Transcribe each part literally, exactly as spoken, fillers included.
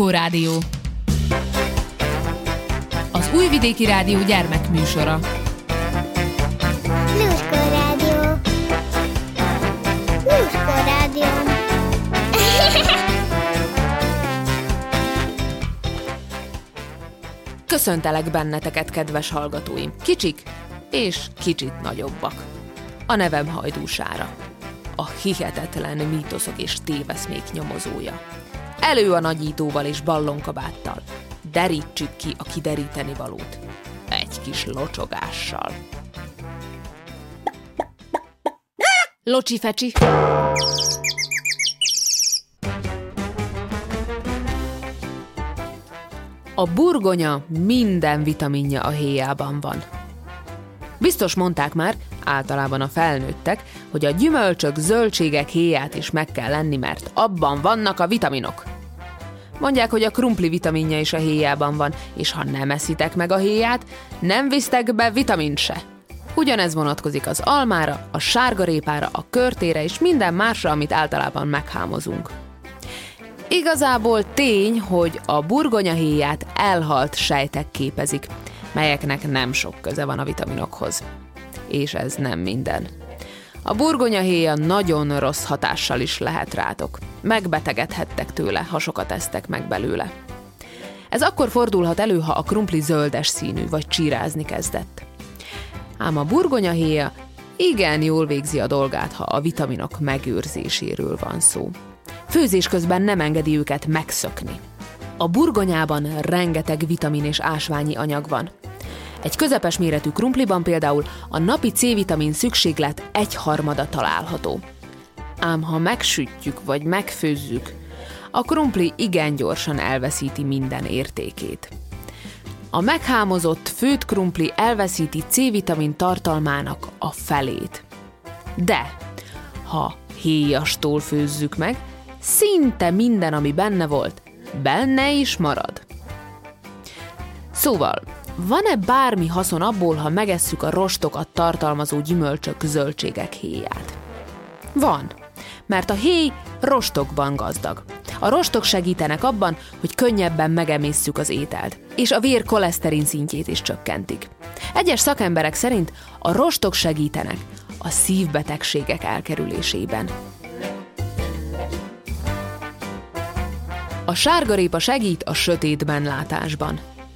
Lluskó Rádió. Az Újvidéki Rádió gyermekműsora. Lluskó Rádió. Lluskó Rádió. Köszöntelek benneteket, kedves hallgatóim, kicsik és kicsit nagyobbak. A nevem Hajdú Sára, a hihetetlen mítoszok és téveszmék nyomozója. Elő a nagyítóval és ballonkabáttal, derítsük ki a kideríteni valót egy kis locsogással. Locsi-fecsi! A burgonya minden vitaminja a héjában van. Biztos mondták már, általában a felnőttek, hogy a gyümölcsök, zöldségek héját is meg kell lenni, mert abban vannak a vitaminok. Mondják, hogy a krumpli vitaminja is a héjában van, és ha nem eszitek meg a héját, nem visztek be vitamint se. Ugyanez vonatkozik az almára, a sárgarépára, a körtére és minden másra, amit általában meghámozunk. Igazából tény, hogy a burgonyahéját elhalt sejtek képezik, melyeknek nem sok köze van a vitaminokhoz. És ez nem minden. A burgonyahéja nagyon rossz hatással is lehet rátok. Megbetegedhettek tőle, ha sokat esztek meg belőle. Ez akkor fordulhat elő, ha a krumpli zöldes színű, vagy csírázni kezdett. Ám a burgonyahéja igen jól végzi a dolgát, ha a vitaminok megőrzéséről van szó. Főzés közben nem engedi őket megszökni. A burgonyában rengeteg vitamin és ásványi anyag van. Egy közepes méretű krumpliban például a napi C-vitamin szükséglet egyharmada található. Ám ha megsütjük vagy megfőzzük, a krumpli igen gyorsan elveszíti minden értékét. A meghámozott, főtt krumpli elveszíti C-vitamin tartalmának a felét. De ha héjastól főzzük meg, szinte minden, ami benne volt, benne is marad. Szóval, van-e bármi haszon abból, ha megesszük a rostokat tartalmazó gyümölcsök, zöldségek héját? Van, mert a héj rostokban gazdag. A rostok segítenek abban, hogy könnyebben megemészszük az ételt, és a vér koleszterin szintjét is csökkentik. Egyes szakemberek szerint a rostok segítenek a szívbetegségek elkerülésében. A sárgarépa segít a sötétben látásban.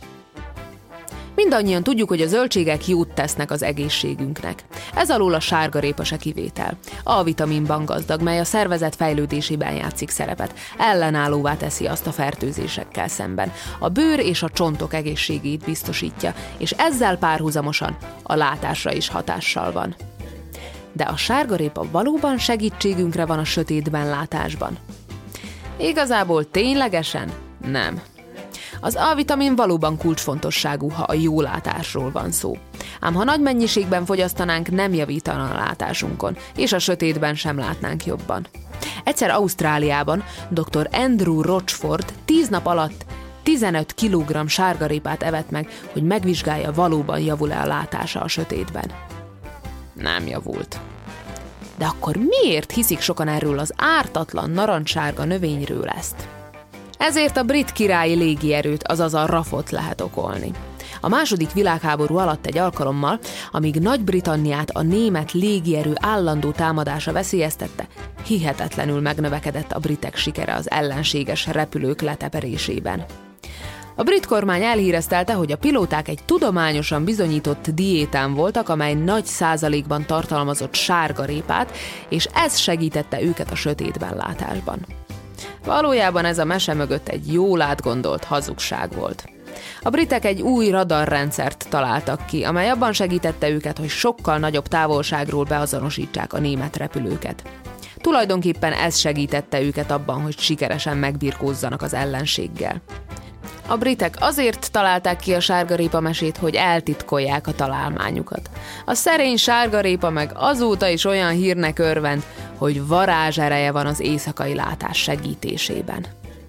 Mindannyian tudjuk, hogy a zöldségek jót tesznek az egészségünknek. Ez alól a sárgarépa se kivétel. A-vitaminban gazdag, mely a szervezet fejlődésében játszik szerepet. Ellenállóvá teszi azt a fertőzésekkel szemben. A bőr és a csontok egészségét biztosítja, és ezzel párhuzamosan a látásra is hatással van. De a sárgarépa valóban segítségünkre van a sötétben látásban? Igazából ténylegesen nem. Az A-vitamin valóban kulcsfontosságú, ha a jó látásról van szó. Ám ha nagy mennyiségben fogyasztanánk, nem javítana a látásunkon, és a sötétben sem látnánk jobban. Egyszer Ausztráliában doktor Andrew Rochford tíz nap alatt tizenöt kilogramm sárgarépát evett meg, hogy megvizsgálja, valóban javul-e a látása a sötétben. Nem javult. De akkor miért hiszik sokan erről az ártatlan narancssárga növényről ezt? Ezért a brit királyi légierőt, azaz a rafot lehet okolni. A második világháború alatt egy alkalommal, amíg Nagy-Britanniát a német légierő állandó támadása veszélyeztette, hihetetlenül megnövekedett a britek sikere az ellenséges repülők leteperésében. A brit kormány elhíreztelte, hogy a pilóták egy tudományosan bizonyított diétán voltak, amely nagy százalékban tartalmazott sárgarépát, és ez segítette őket a sötétben látásban. Valójában ez a mese mögött egy jól átgondolt hazugság volt. A britek egy új radarrendszert találtak ki, amely abban segítette őket, hogy sokkal nagyobb távolságról beazonosítsák a német repülőket. Tulajdonképpen ez segítette őket abban, hogy sikeresen megbirkózzanak az ellenséggel. A britek azért találták ki a sárgarépa mesét, hogy eltitkolják a találmányukat. A szerény sárgarépa meg azóta is olyan hírnek örvend, hogy varázsereje van az éjszakai látás segítésében.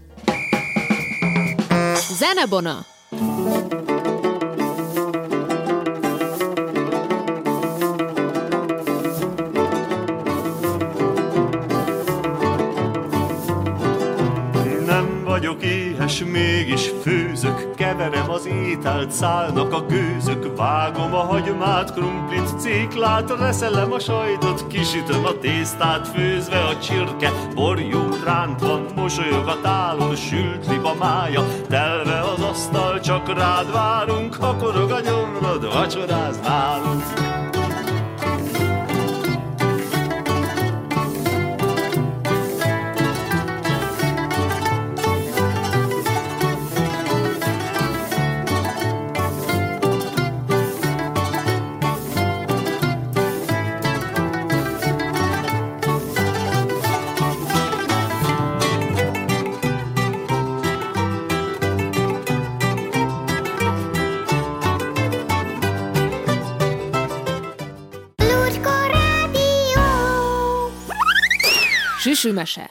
Zenebona! Nem vagyok éhes, s mégis főzök, keverem az ételt, szállnak a gőzök, vágom a hagymát, krumplit, céklát, reszelem a sajtot, kisütöm a tésztát, főzve a csirke, borjú rántva, mosolyog a tálon, sült liba mája, telve az asztal, csak rád várunk, ha korog a gyomrod, vacsoráz nálunk. Süsümese.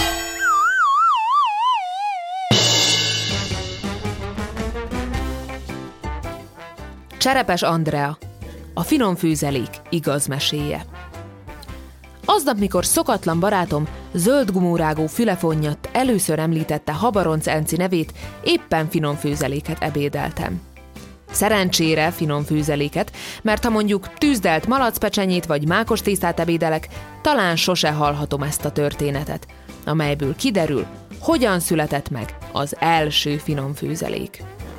Cserepes Andrea, a finom főzelék igaz meséje. Aznap, mikor szokatlan barátom zöld gumórágó fülefonnyat először említette Habaronc Enci nevét, éppen finom főzeléket ebédeltem. Szerencsére finom főzeléket, mert ha mondjuk tűzdelt malacpecsenyét vagy mákos tésztát ebédelek, talán sose hallhatom ezt a történetet, amelyből kiderül, hogyan született meg az első finom főzelék.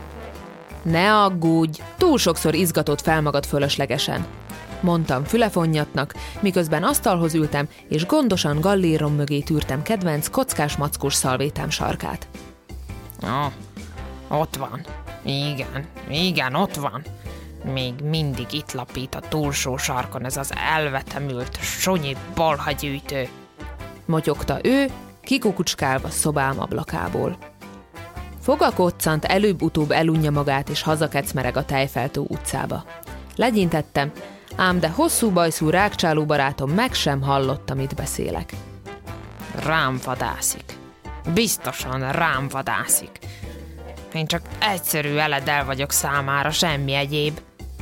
Ne aggódj, túl sokszor izgatott fel magad fölöslegesen, mondtam fülefonnyatnak, miközben asztalhoz ültem, és gondosan gallérom mögé tűrtem kedvenc kockás-mackós szalvétám sarkát. Ah, ott van. Igen, igen, ott van. Még mindig itt lapít a túlsó sarkon ez az elvetemült, sonyi balhagyűjtő. Motyogta ő, kikukucskálva szobám ablakából. Foga koccant, előbb-utóbb elunja magát, és hazakecmereg a Tejfeltó utcába. Legyintettem, ám de hosszú bajszú rágcsáló barátom meg sem hallott, amit beszélek. Rám vadászik. Biztosan rám vadászik. Én csak egyszerű eledel vagyok számára, semmi egyéb.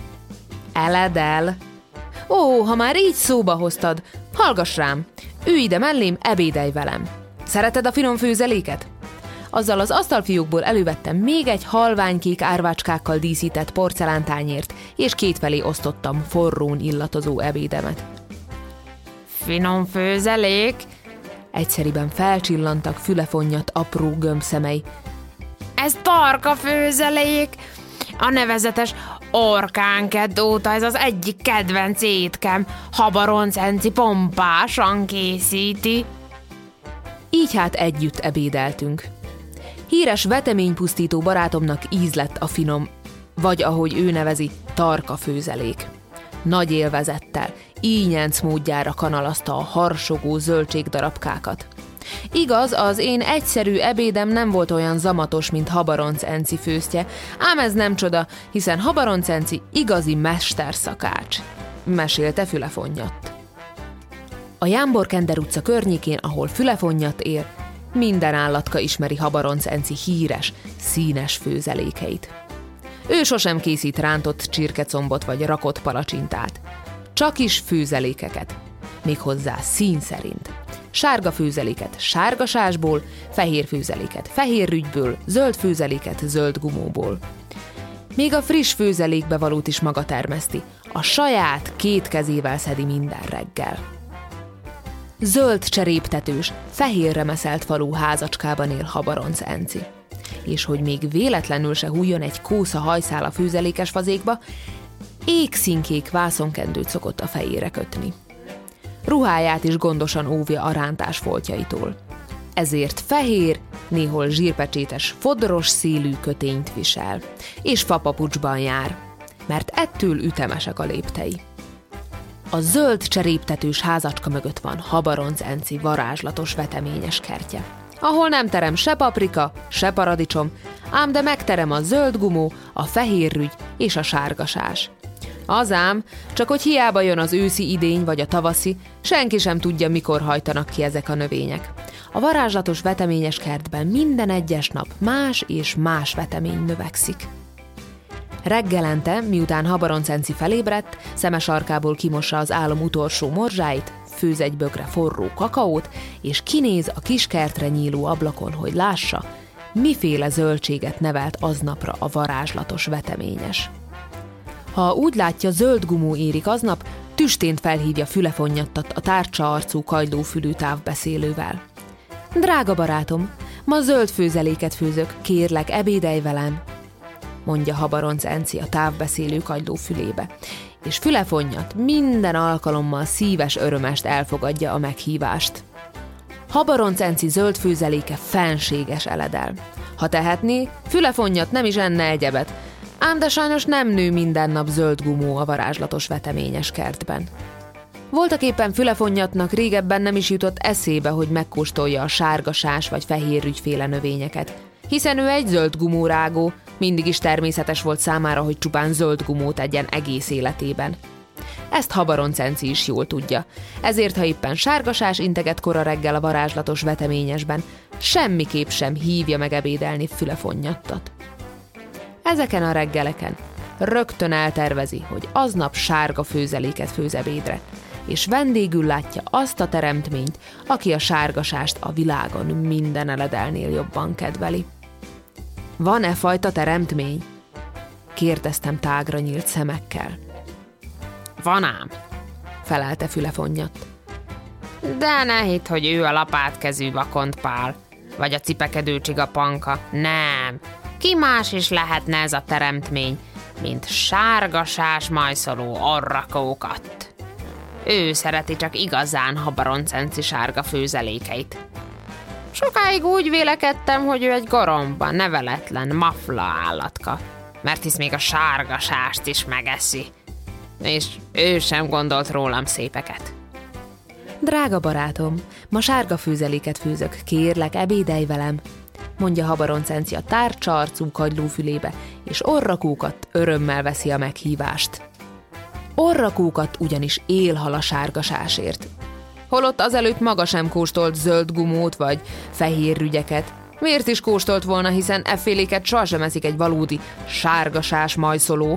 Eledel? Ó, ha már így szóba hoztad, hallgass rám, ülj ide mellém, ebédelj velem. Szereted a finom főzeléket? Azzal az asztalfiókból elővettem még egy halványkék árvácskákkal díszített porcelántányért, és kétfelé osztottam forrón illatozó ebédemet. Finom főzelék? Egyszeriben felcsillantak fülefonnyat apró gömbszemei. Ez tarka főzelék! A nevezetes Orkánkedd óta ez az egyik kedvenc étkem. Habaronc Enci pompásan készíti. Így hát együtt ebédeltünk. Híres veteménypusztító barátomnak íz lett a finom, vagy ahogy ő nevezi, tarka főzelék. Nagy élvezettel, ínyenc módjára kanalazta a harsogó zöldségdarabkákat. Igaz, az én egyszerű ebédem nem volt olyan zamatos, mint Habaronc Enci főztje, ám ez nem csoda, hiszen Habaronc Enci igazi mesterszakács, mesélte Fülefonnyat. A Jámbor-Kender utca környékén, ahol Fülefonnyat él, minden állatka ismeri Habaronc Enci híres, színes főzelékeit. Ő sosem készít rántott csirkecombot vagy rakott palacsintát, csak is főzelékeket, méghozzá szín szerint. Sárga főzeléket sárgasásból, fehér főzeléket fehér rügyből, zöld főzeléket zöld gumóból. Még a friss főzelékbe valót is maga termeszti, a saját két kezével szedi minden reggel. Zöld cseréptetős, fehér remeszelt falú házacskában él Habaronc Enci. És hogy még véletlenül se hújjon egy kósza hajszál a főzelékes fazékba, égszínkék vászonkendőt szokott a fejére kötni. Ruháját is gondosan óvja a rántás foltjaitól. Ezért fehér, néhol zsírpecsétes, fodros szélű kötényt visel, és fapapucsban jár, mert ettől ütemesek a léptei. A zöld cseréptetős házacska mögött van Habaronc Enci varázslatos veteményes kertje, ahol nem terem se paprika, se paradicsom, ám de megterem a zöld gumó, a fehér rügy és a sárgasás. Azám, csak hogy hiába jön az őszi idény vagy a tavaszi, senki sem tudja, mikor hajtanak ki ezek a növények. A varázslatos veteményes kertben minden egyes nap más és más vetemény növekszik. Reggelente, miután Habaronc Enci felébredt, szeme sarkából kimossa az álom utolsó morzsáit, főz egy bögre forró kakaót, és kinéz a kis kertre nyíló ablakon, hogy lássa, miféle zöldséget nevelt aznapra a varázslatos veteményes. Ha úgy látja, zöld gumó érik aznap, tüstént felhívja fülefonnyatta a tárcsa arcú kagylófülű távbeszélővel. Drága barátom, ma zöld főzeléket főzök, kérlek, ebédelj velem, mondja Habaronc Enci a távbeszélő kagylófülébe, és fülefonnyatt minden alkalommal szíves örömest elfogadja a meghívást. Habaronc Enci zöld főzeléke fenséges eledel. Ha tehetné, fülefonnyatt nem is enne egyebet, ám de sajnos nem nő minden nap zöld gumó a varázslatos veteményes kertben. Voltaképpen fülefonnyattnak régebben nem is jutott eszébe, hogy megkóstolja a sárgasás vagy fehérrügyféle növényeket, hiszen ő egy zöld gumórágó, mindig is természetes volt számára, hogy csupán zöld gumót egyen egész életében. Ezt Habaronc Enci is jól tudja, ezért ha éppen sárgasás integet kora reggel a varázslatos veteményesben, semmiképp sem hívja meg ebédelni fülefonnyatta. Ezeken a reggeleken rögtön eltervezi, hogy aznap sárga főzeléket főz ebédre, és vendégül látja azt a teremtményt, aki a sárgasást a világon minden eledelnél jobban kedveli. Van-e fajta teremtmény? Kérdeztem tágra nyílt szemekkel. Van ám, felelte fülefonnyatt. De ne hidd, hogy ő a lapátkezű Vakond Pál, vagy a cipekedő csigapanka. Nem, ki más is lehetne ez a teremtmény, mint sárgasás majszoló orrakókat. Ő szereti csak igazán Habaronc Enci sárga főzelékeit. Sokáig úgy vélekedtem, hogy ő egy goromba, neveletlen, mafla állatka, mert hisz még a sárgasást is megeszi. És ő sem gondolt rólam szépeket. Drága barátom, ma sárga főzeléket főzök, kérlek, ebédelj velem, mondja Habaronc Enci a tárcsa arcú kagylófülébe, és orrakókat örömmel veszi a meghívást. Orrakókat ugyanis élhal a sárgasásért. Holott azelőtt maga sem kóstolt zöld gumót vagy fehér rügyeket. Miért is kóstolt volna, hiszen efféléket sohasem eszik egy valódi sárgasás majszoló.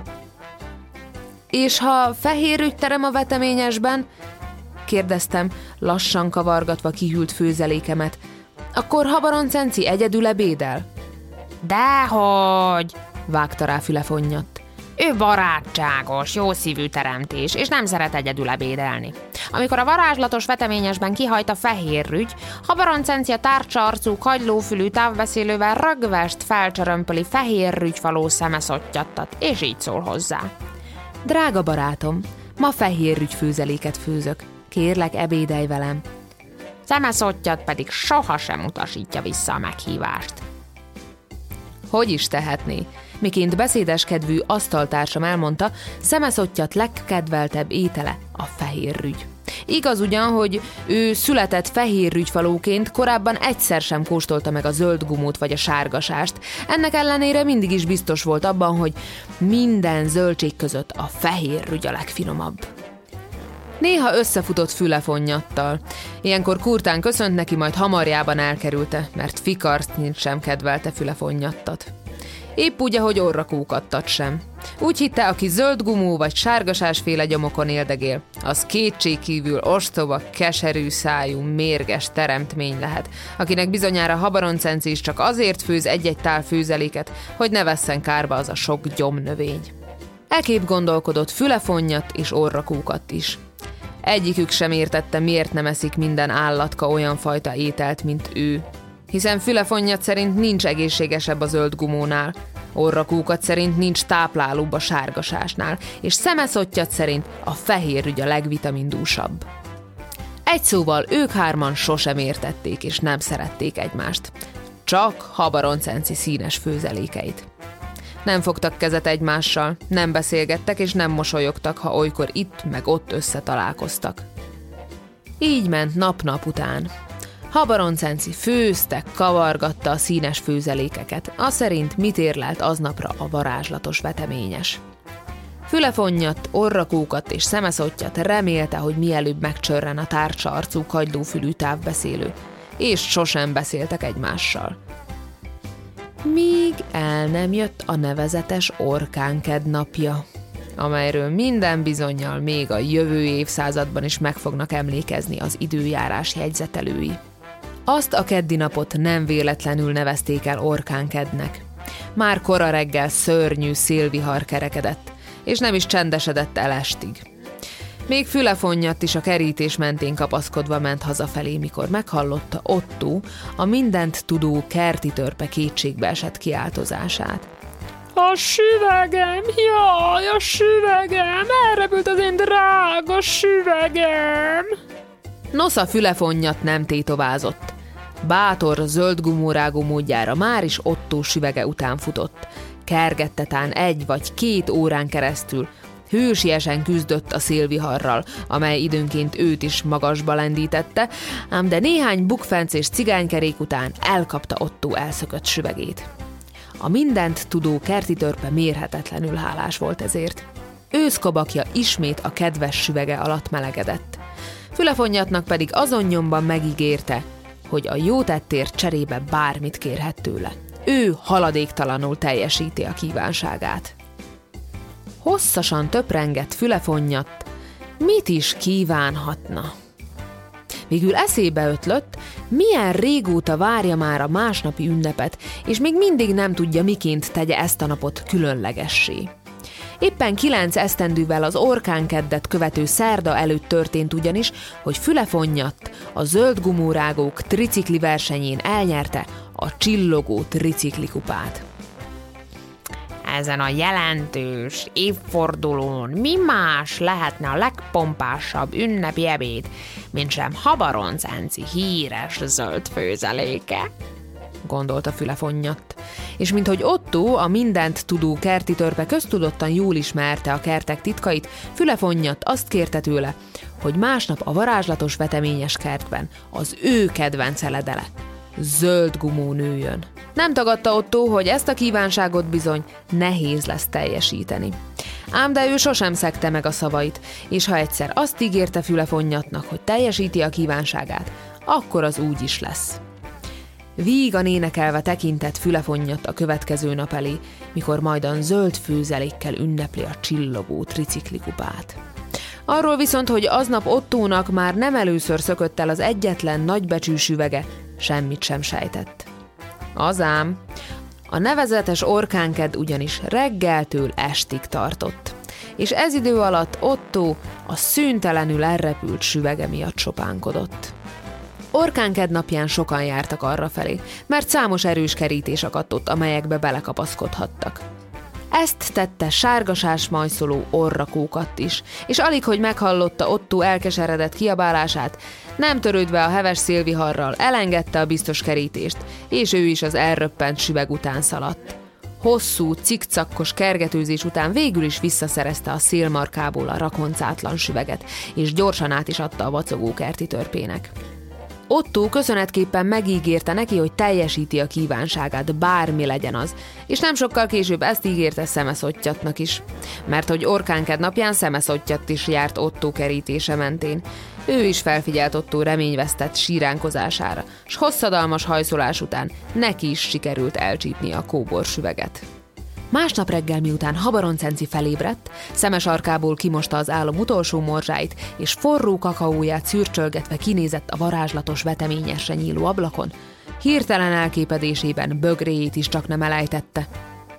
És ha fehér rügy terem a veteményesben, kérdeztem, lassan kavargatva kihűlt főzelékemet, akkor Habaronc Enci egyedül ebédel? Dehogy, vágta rá fülefonnyatt. Ő barátságos, jószívű teremtés, és nem szeret egyedül ebédelni. Amikor a varázslatos veteményesben kihajt a fehér rügy, Habaronc Enci a tárcsa arcú kagylófülű távbeszélővel rögvest felcsörömpöli fehér rügyfaló szemeszottjattat, és így szól hozzá. Drága barátom, ma fehér rügy főzeléket főzök, kérlek, ebédelj velem. Szemeszottyat pedig sohasem utasítja vissza a meghívást. Hogy is tehetné? Miként beszédeskedvű asztaltársam elmondta, szemeszottyat legkedveltebb étele a fehér rügy. Igaz ugyan, hogy ő született fehér rügyfalóként, korábban egyszer sem kóstolta meg a zöld gumót vagy a sárgasást, ennek ellenére mindig is biztos volt abban, hogy minden zöldség között a fehér rügy a legfinomabb. Néha összefutott fülefonnyattal. Ilyenkor kurtán köszönt neki, majd hamarjában elkerülte, mert fikarcnyit sem kedvelte fülefonnyatat. Épp úgy, ahogy orrakókattat sem. Úgy hitte, aki zöld gumó vagy sárgasásféle gyomokon éldegél, az kétségkívül ostoba, keserű szájú, mérges teremtmény lehet, akinek bizonyára Habaronc Enci is csak azért főz egy-egy tál főzeléket, hogy ne vesszen kárba az a sok gyomnövény. Ekképp gondolkodott fülefonnyatt és orrakókat is. Egyikük sem értette, miért nem eszik minden állatka olyan fajta ételt, mint ő. Hiszen fülefonnyatt szerint nincs egészségesebb a zöld gumónál, orrakókat szerint nincs táplálóbb a sárgasásnál, és szemeszottyat szerint a fehér rügy a legvitamindúsabb. Egy szóval ők hárman sosem értették és nem szerették egymást. Csak Habaronc Enci színes főzelékeit. Nem fogtak kezet egymással, nem beszélgettek és nem mosolyogtak, ha olykor itt meg ott összetalálkoztak. Így ment nap-nap után. Habaronc Enci főzte, kavargatta a színes főzelékeket, az szerint mit érlelt aznapra a varázslatos veteményes. Fülefonnyatt, orrakókat és szemeszottyat remélte, hogy mielőbb megcsörren a tárcsa arcú kagylófülű távbeszélő, és sosem beszéltek egymással. Míg el nem jött a nevezetes Orkánked napja, amelyről minden bizonnyal még a jövő évszázadban is meg fognak emlékezni az időjárás jegyzetelői. Azt a keddi napot nem véletlenül nevezték el orkánkednek. Már kora reggel szörnyű szélvihar kerekedett, és nem is csendesedett el estig. Még Fülefonnyadt is a kerítés mentén kapaszkodva ment hazafelé, mikor meghallotta Ottó a mindent tudó kerti törpe kétségbe esett kiáltozását. A süvegem, jaj, a süvegem, elrepült az én drága süvegem! Nosza Fülefonnyadt nem tétovázott. Bátor, zöld gumórágú módjára már is Ottó süvege után futott. Kergettetán egy vagy két órán keresztül hősiesen küzdött a szélviharral, amely időnként őt is magasba lendítette, ám de néhány bukfencés cigánykerék után elkapta Ottó elszökött süvegét. A mindent tudó kerti törpe mérhetetlenül hálás volt ezért. Őszkobakja ismét a kedves süvege alatt melegedett. Fülefonnyattnak pedig azon nyomban megígérte, hogy a jó tettért cserébe bármit kérhet tőle. Ő haladéktalanul teljesíti a kívánságát. Hosszasan töprengett Fülefonnyatt, mit is kívánhatna. Végül eszébe ötlött, milyen régóta várja már a másnapi ünnepet, és még mindig nem tudja, miként tegye ezt a napot különlegessé. Éppen kilenc esztendővel az orkánkeddet követő szerda előtt történt ugyanis, hogy Fülefonnyatt a zöld gumórágók tricikli versenyén elnyerte a csillogó triciklikupát. Ezen a jelentős évfordulón mi más lehetne a legpompásabb ünnepi ebéd, mint sem Habaroncenci híres zöld főzeléke? Gondolta Fülefonnyatt. És minthogy Ottó, a mindent tudó kerti törpe köztudottan jól ismerte a kertek titkait, Fülefonnyatt azt kérte tőle, hogy másnap a varázslatos veteményes kertben az ő kedvenc eledele, zöld gumó nőjön. Nem tagadta Ottó, hogy ezt a kívánságot bizony nehéz lesz teljesíteni. Ám de ő sosem szegte meg a szavait, és ha egyszer azt ígérte Fülefonnyattnak, hogy teljesíti a kívánságát, akkor az úgy is lesz. Vígan énekelve tekintett Fülefonnyatt a következő nap elé, mikor majdan zöld főzelékkel ünnepli a csillogó triciklikupát. Arról viszont, hogy aznap Ottónak már nem először szökött el az egyetlen nagybecsű süvege, semmit sem sejtett. Azám, a nevezetes orkánked ugyanis reggeltől estig tartott, és ez idő alatt Ottó a szüntelenül elrepült süvege miatt sopánkodott. Orkánked napján sokan jártak arrafelé, mert számos erős kerítés akadt ott, amelyekbe belekapaszkodhattak. Ezt tette sárgasás majszoló orrakókat is, és alig, hogy meghallotta Ottó elkeseredett kiabálását, nem törődve a heves szélviharral, elengedte a biztos kerítést, és ő is az elröppent süveg után szaladt. Hosszú, cikcakkos kergetőzés után végül is visszaszerezte a szélmarkából a rakoncátlan süveget, és gyorsan át is adta a vacogó kerti törpének. Ottó köszönetképpen megígérte neki, hogy teljesíti a kívánságát, bármi legyen az, és nem sokkal később ezt ígérte Szemeszottyatnak is, mert hogy Orkánked napján Szemeszottyat is járt Ottó kerítése mentén. Ő is felfigyelt Ottó reményvesztett síránkozására, s hosszadalmas hajszolás után neki is sikerült elcsípni a kóborsüveget. Másnap reggel, miután Habaroncenci felébredt, szemes arkából kimosta az álom utolsó morzsáit, és forró kakaóját szürcsölgetve kinézett a varázslatos veteményesre nyíló ablakon, hirtelen elképedésében bögréjét is csak nem elejtette.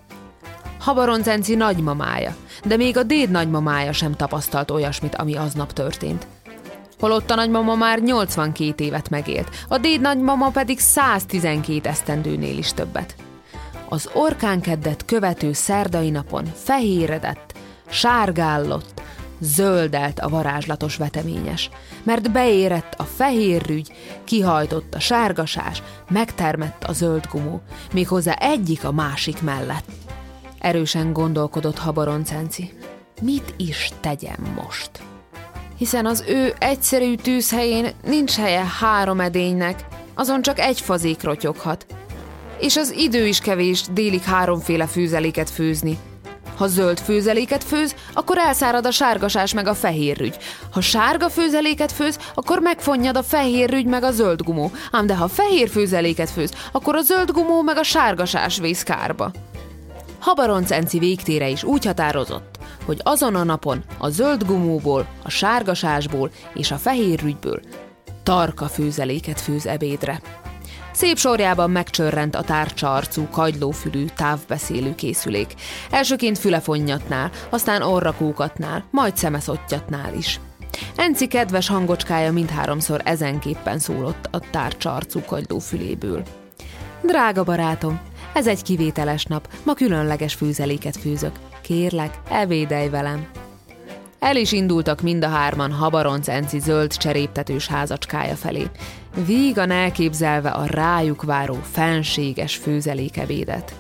Habaroncenci nagymamája, de még a déd nagymamája sem tapasztalt olyasmit, ami aznap történt. Holott a nagymama már nyolcvankét évet megélt, a déd nagymama pedig száztizenkét esztendőnél is többet. Az Orkánkeddet követő szerdai napon fehéredett, sárgállott, zöldelt a varázslatos veteményes, mert beérett a fehér rügy, kihajtott a sárgasás, megtermett a zöld gumó, méghozzá egyik a másik mellett. Erősen gondolkodott Habaroncenci. Mit is tegyen most? Hiszen az ő egyszerű tűzhelyén nincs helye három edénynek, azon csak egy fazék rotyoghat. És az idő is kevés délig háromféle főzeléket főzni. Ha zöld főzeléket főz, akkor elszárad a sárgasás meg a fehér rügy. Ha sárga főzeléket főz, akkor megfonnyad a fehér rügy meg a zöld gumó. Ám de ha fehér főzeléket főz, akkor a zöld gumó meg a sárgasás vész kárba. Habaroncenci végtére is úgy határozott, hogy azon a napon a zöld gumóból, a sárgasásból és a fehér rügyből tarka főzeléket főz ebédre. Szép sorjában megcsörrent a tárcsa arcú, kagylófülű, távbeszélő készülék. Elsőként fülefonnyatnál, aztán orrakókatnál, majd szemeszottyatnál is. Enci kedves hangocskája mindháromszor ezenképpen szólott a tárcsa arcú kagylófüléből. Drága barátom, ez egy kivételes nap, ma különleges főzeléket főzök. Kérlek, ebédelj velem. El is indultak mind a hárman Habaronc Enci zöld cseréptetős házacskája felé, vígan elképzelve a rájuk váró fenséges főzelékebédet.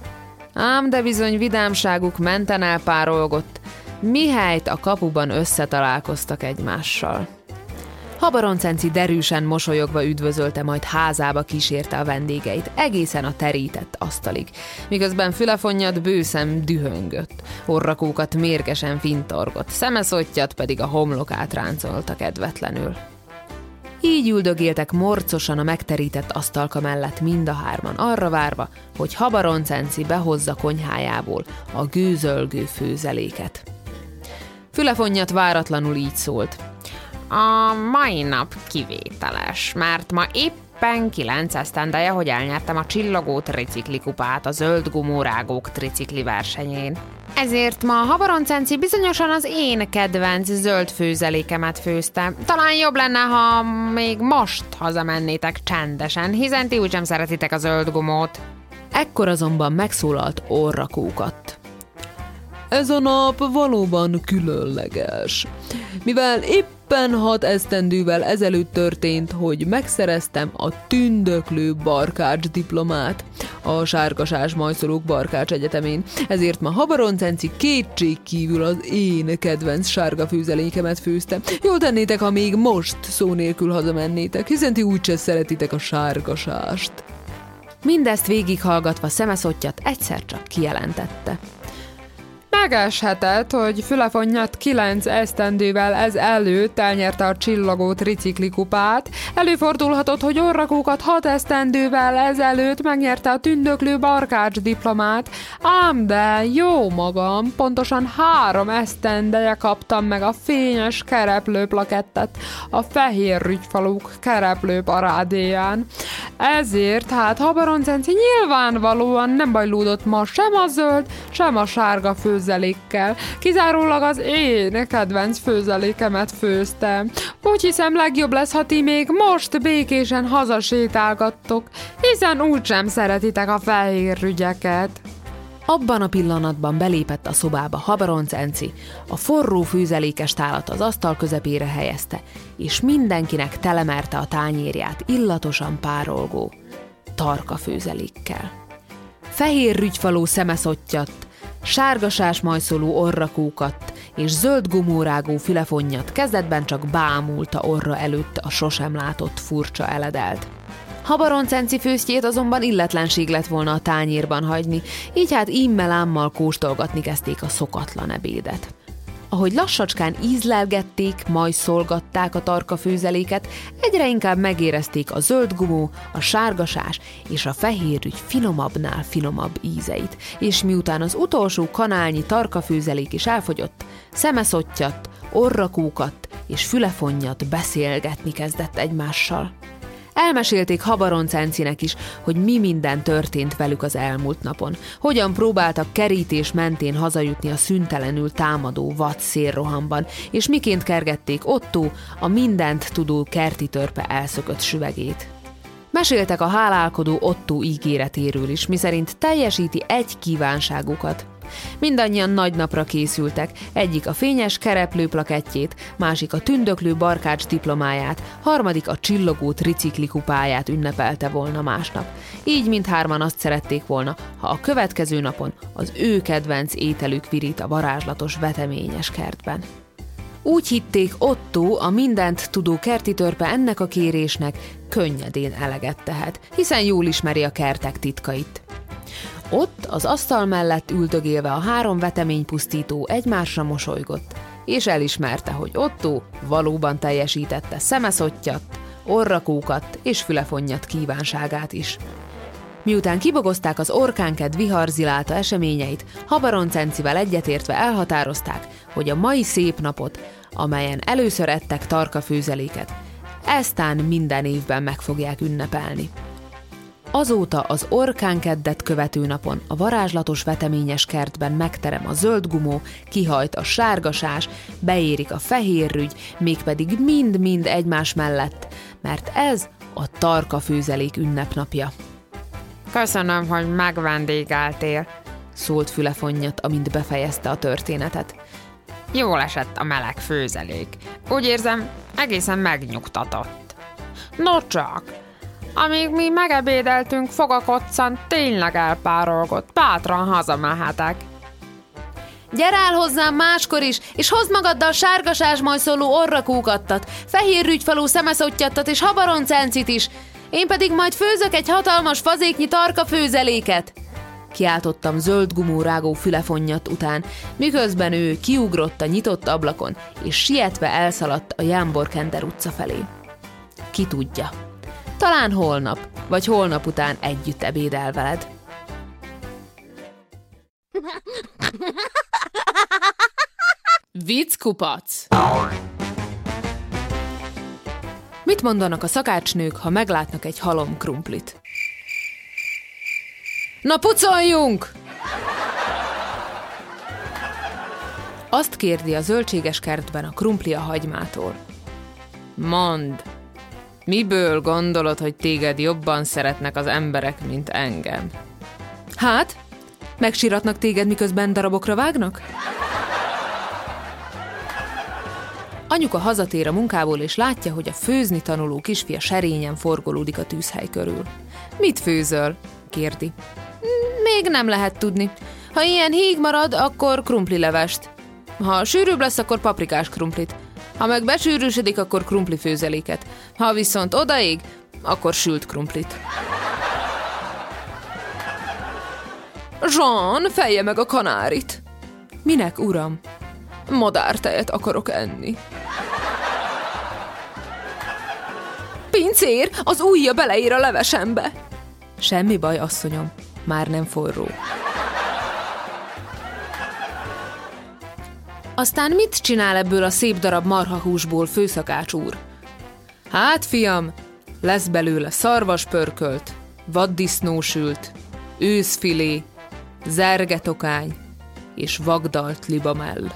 Ám de bizony vidámságuk menten elpárolgott, mihelyt a kapuban összetalálkoztak egymással. Habaronc Enci derűsen mosolyogva üdvözölte, majd házába kísérte a vendégeit, egészen a terített asztalig, miközben fülefonnyat bőszem dühöngött, orrakókat mérgesen fintorgott, szemeszottyat pedig a homlokát ráncolta kedvetlenül. Így üldögéltek morcosan a megterített asztalka mellett mind a hárman, arra várva, hogy Habaronc Enci behozza konyhájából a gőzölgő főzeléket. Fülefonnyat váratlanul így szólt. A mai nap kivételes, mert ma éppen kilenc esztendeje, hogy elnyertem a csillogó triciklikupát a zöld gumórágók tricikli versenyén. Ezért ma Habaronc Enci bizonyosan az én kedvenc zöld főzelékemet főzte. Talán jobb lenne, ha még most hazamennétek csendesen, hiszen ti úgysem szeretitek a zöld gumót. Ekkor azonban megszólalt orrakókat. Ez a nap valóban különleges, mivel éppen hat esztendővel ezelőtt történt, hogy megszereztem a tündöklő barkács diplomát a Sárgasás Majszolók Barkács Egyetemén, ezért ma Habaronc Enci kétségkívül az én kedvenc sárga főzelékemet főzte. Jól tennétek, ha még most szó nélkül hazamennétek, hiszen ti úgyse szeretitek a sárgasást. Mindezt végighallgatva szemeszottyat egyszer csak kijelentette. Megeshetett, hogy fülefonnyat kilenc esztendővel ezelőtt elnyerte a csillogó triciklikupát. Előfordulhatott, hogy orrakókat hat esztendővel ezelőtt megnyerte a tündöklő barkács diplomát. Ám de jó magam, pontosan három esztendeje kaptam meg a fényes kereplőplakettet a Fehér Rügyfaluk kereplőparádéján. Ezért hát Habaronc Enci nyilvánvalóan nem bajlódott ma sem a zöld, sem a sárga főzelékkel. Kizárólag az én kedvenc főzelékemet főztem. Úgy hiszem, legjobb lesz, ha ti még most békésen hazasétálgattok, hiszen úgysem szeretitek a fehér rügyeket. Abban a pillanatban belépett a szobába Habaronc Enci, a forró főzelékes tálat az asztal közepére helyezte, és mindenkinek telemerte a tányérját illatosan párolgó tarka főzelékkel. Fehér rügyfalú szemeszottyat, sárgasás majszoló orrakókat és zöld gumórágó fülefonnyat kezdetben csak bámulta orra előtt a sosem látott furcsa eledelt. Habaronc Enci főztjét azonban illetlenség lett volna a tányérban hagyni, így hát ímmel-ámmal kóstolgatni kezdték a szokatlan ebédet. Ahogy lassacskán ízlelgették, majd szolgatták a tarka főzeléket, egyre inkább megérezték a zöld gumó, a sárgasás és a fehérrügy finomabbnál finomabb ízeit, és miután az utolsó kanálnyi tarka főzelék is elfogyott, szemeszottyat, orrakókat és fülefonnyat beszélgetni kezdett egymással. Elmesélték Habaronc Encinek is, hogy mi minden történt velük az elmúlt napon, hogyan próbáltak kerítés mentén hazajutni a szüntelenül támadó vad szélrohamban, és miként kergették Ottó, a mindent tudó kerti törpe elszökött süvegét. Meséltek a hálálkodó Ottó ígéretéről is, miszerint teljesíti egy kívánságukat. Mindannyian nagy napra készültek, egyik a fényes kereplő plakettjét, másik a tündöklő barkács diplomáját, harmadik a csillogó triciklikupáját ünnepelte volna másnap. Így mindhárman azt szerették volna, ha a következő napon az ő kedvenc ételük virít a varázslatos veteményes kertben. Úgy hitték, Ottó, a mindent tudó kerti törpe ennek a kérésnek könnyedén eleget tehet, hiszen jól ismeri a kertek titkait. Ott, az asztal mellett üldögélve a három veteménypusztító egymásra mosolygott, és elismerte, hogy Ottó valóban teljesítette szemeszottyat, orrakókat és fülefonnyat kívánságát is. Miután kibogozták az orkánked viharzilálta eseményeit, Habaronc Encivel egyetértve elhatározták, hogy a mai szép napot, amelyen először ettek tarka főzeléket, eztán minden évben meg fogják ünnepelni. Azóta az orkánkeddet követő napon a varázslatos veteményes kertben megterem a zöld gumó, kihajt a sárgasás, beérik a fehér rügy, mégpedig mind-mind egymás mellett, mert ez a tarka főzelék ünnepnapja. Köszönöm, hogy megvendégeltél, szólt Fülefonnyatt, amint befejezte a történetet. Jól esett a meleg főzelék. Úgy érzem, egészen megnyugtatott. No csak, amíg mi megebédeltünk, fogakoccan tényleg elpárolgott, bátran hazamehetek. Gyere el hozzám máskor is, és hozd magaddal sárgasásmajszoló orrakúkattat, fehér rügyfalú szemeszottyattat és habaroncencit is, én pedig majd főzök egy hatalmas fazéknyi tarka főzeléket. Kiáltottam zöld gumórágó Fülefonnyatt után, miközben ő kiugrott a nyitott ablakon, és sietve elszaladt a Jámborkender utca felé. Ki tudja, talán holnap, vagy holnap után együtt ebédel veled. Vicckupac! Mit mondanak a szakácsnők, ha meglátnak egy halom krumplit? Na pucoljunk! Azt kérdi a zöldséges kertben a krumpli a hagymától. Mondd, miből gondolod, hogy téged jobban szeretnek az emberek, mint engem? Hát, megsiratnak téged, miközben darabokra vágnak? Anyuka hazatér a munkából, és látja, hogy a főzni tanuló kisfia serényen forgolódik a tűzhely körül. Mit főzöl? Kérdi. Még nem lehet tudni. Ha ilyen híg marad, akkor krumplilevest. Ha sűrűbb lesz, akkor paprikás krumplit. Ha meg besűrűsödik, akkor krumplifőzeléket. Ha viszont odaég, akkor sült krumplit. Jean, fejje meg a kanárit. Minek, uram? Madártejet akarok enni. Pincér, az ujja beleér a levesembe. Semmi baj, asszonyom, már nem forró. Aztán mit csinál ebből a szép darab marhahúsból főszakács úr? Hát, fiam, lesz belőle szarvaspörkölt, vaddisznósült, őszfilé, zergetokány és vagdalt libamell.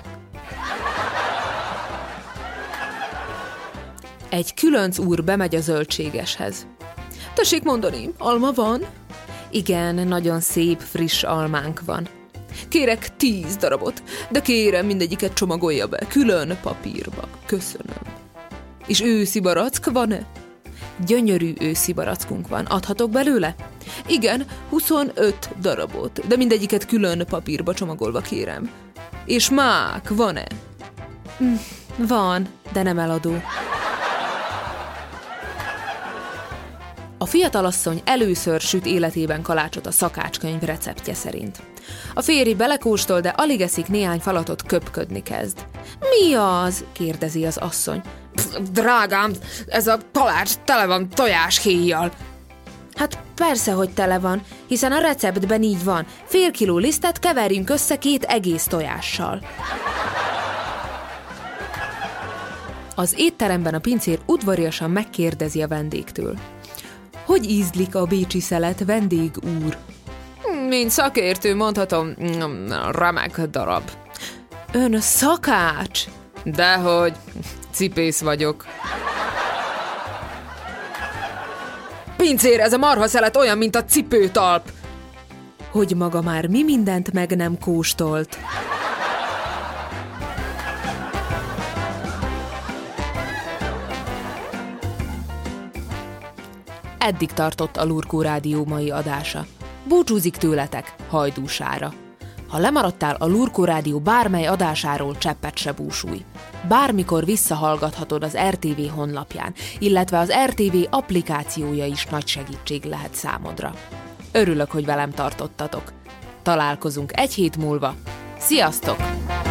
Egy különc úr bemegy a zöldségeshez. Tessék mondani, alma van? Igen, nagyon szép, friss almánk van. Kérek tíz darabot, de kérem, mindegyiket csomagolja be, külön papírba. Köszönöm. És őszi barack van-e? Gyönyörű őszi barackunk van. Adhatok belőle? Igen, huszonöt darabot, de mindegyiket külön papírba csomagolva kérem. És mák van-e? Van, de nem eladó. A fiatalasszony először süt életében kalácsot a szakácskönyv receptje szerint. A férj belekóstol, de alig eszik néhány falatot, köpködni kezd. Mi az? Kérdezi az asszony. Drágám, ez a kalács tele van tojáshéjjal. Hát persze, hogy tele van, hiszen a receptben így van. Fél kiló lisztet keverjünk össze két egész tojással. Az étteremben a pincér udvariasan megkérdezi a vendégtől. Hogy ízlik a bécsi szelet, vendég úr? Mint szakértő mondhatom, remek darab. Ön szakács? Dehogy, cipész vagyok. Pincér, ez a marhaszelet olyan, mint a cipőtalp. Hogy maga már mi mindent meg nem kóstolt. Eddig tartott a Lurkó Rádió mai adása. Búcsúzik tőletek Hajdúsára. Ha lemaradtál a Lurkó Rádió bármely adásáról, cseppet se búsulj. Bármikor visszahallgathatod az er té vé honlapján, illetve az er té vé applikációja is nagy segítség lehet számodra. Örülök, hogy velem tartottatok. Találkozunk egy hét múlva. Sziasztok!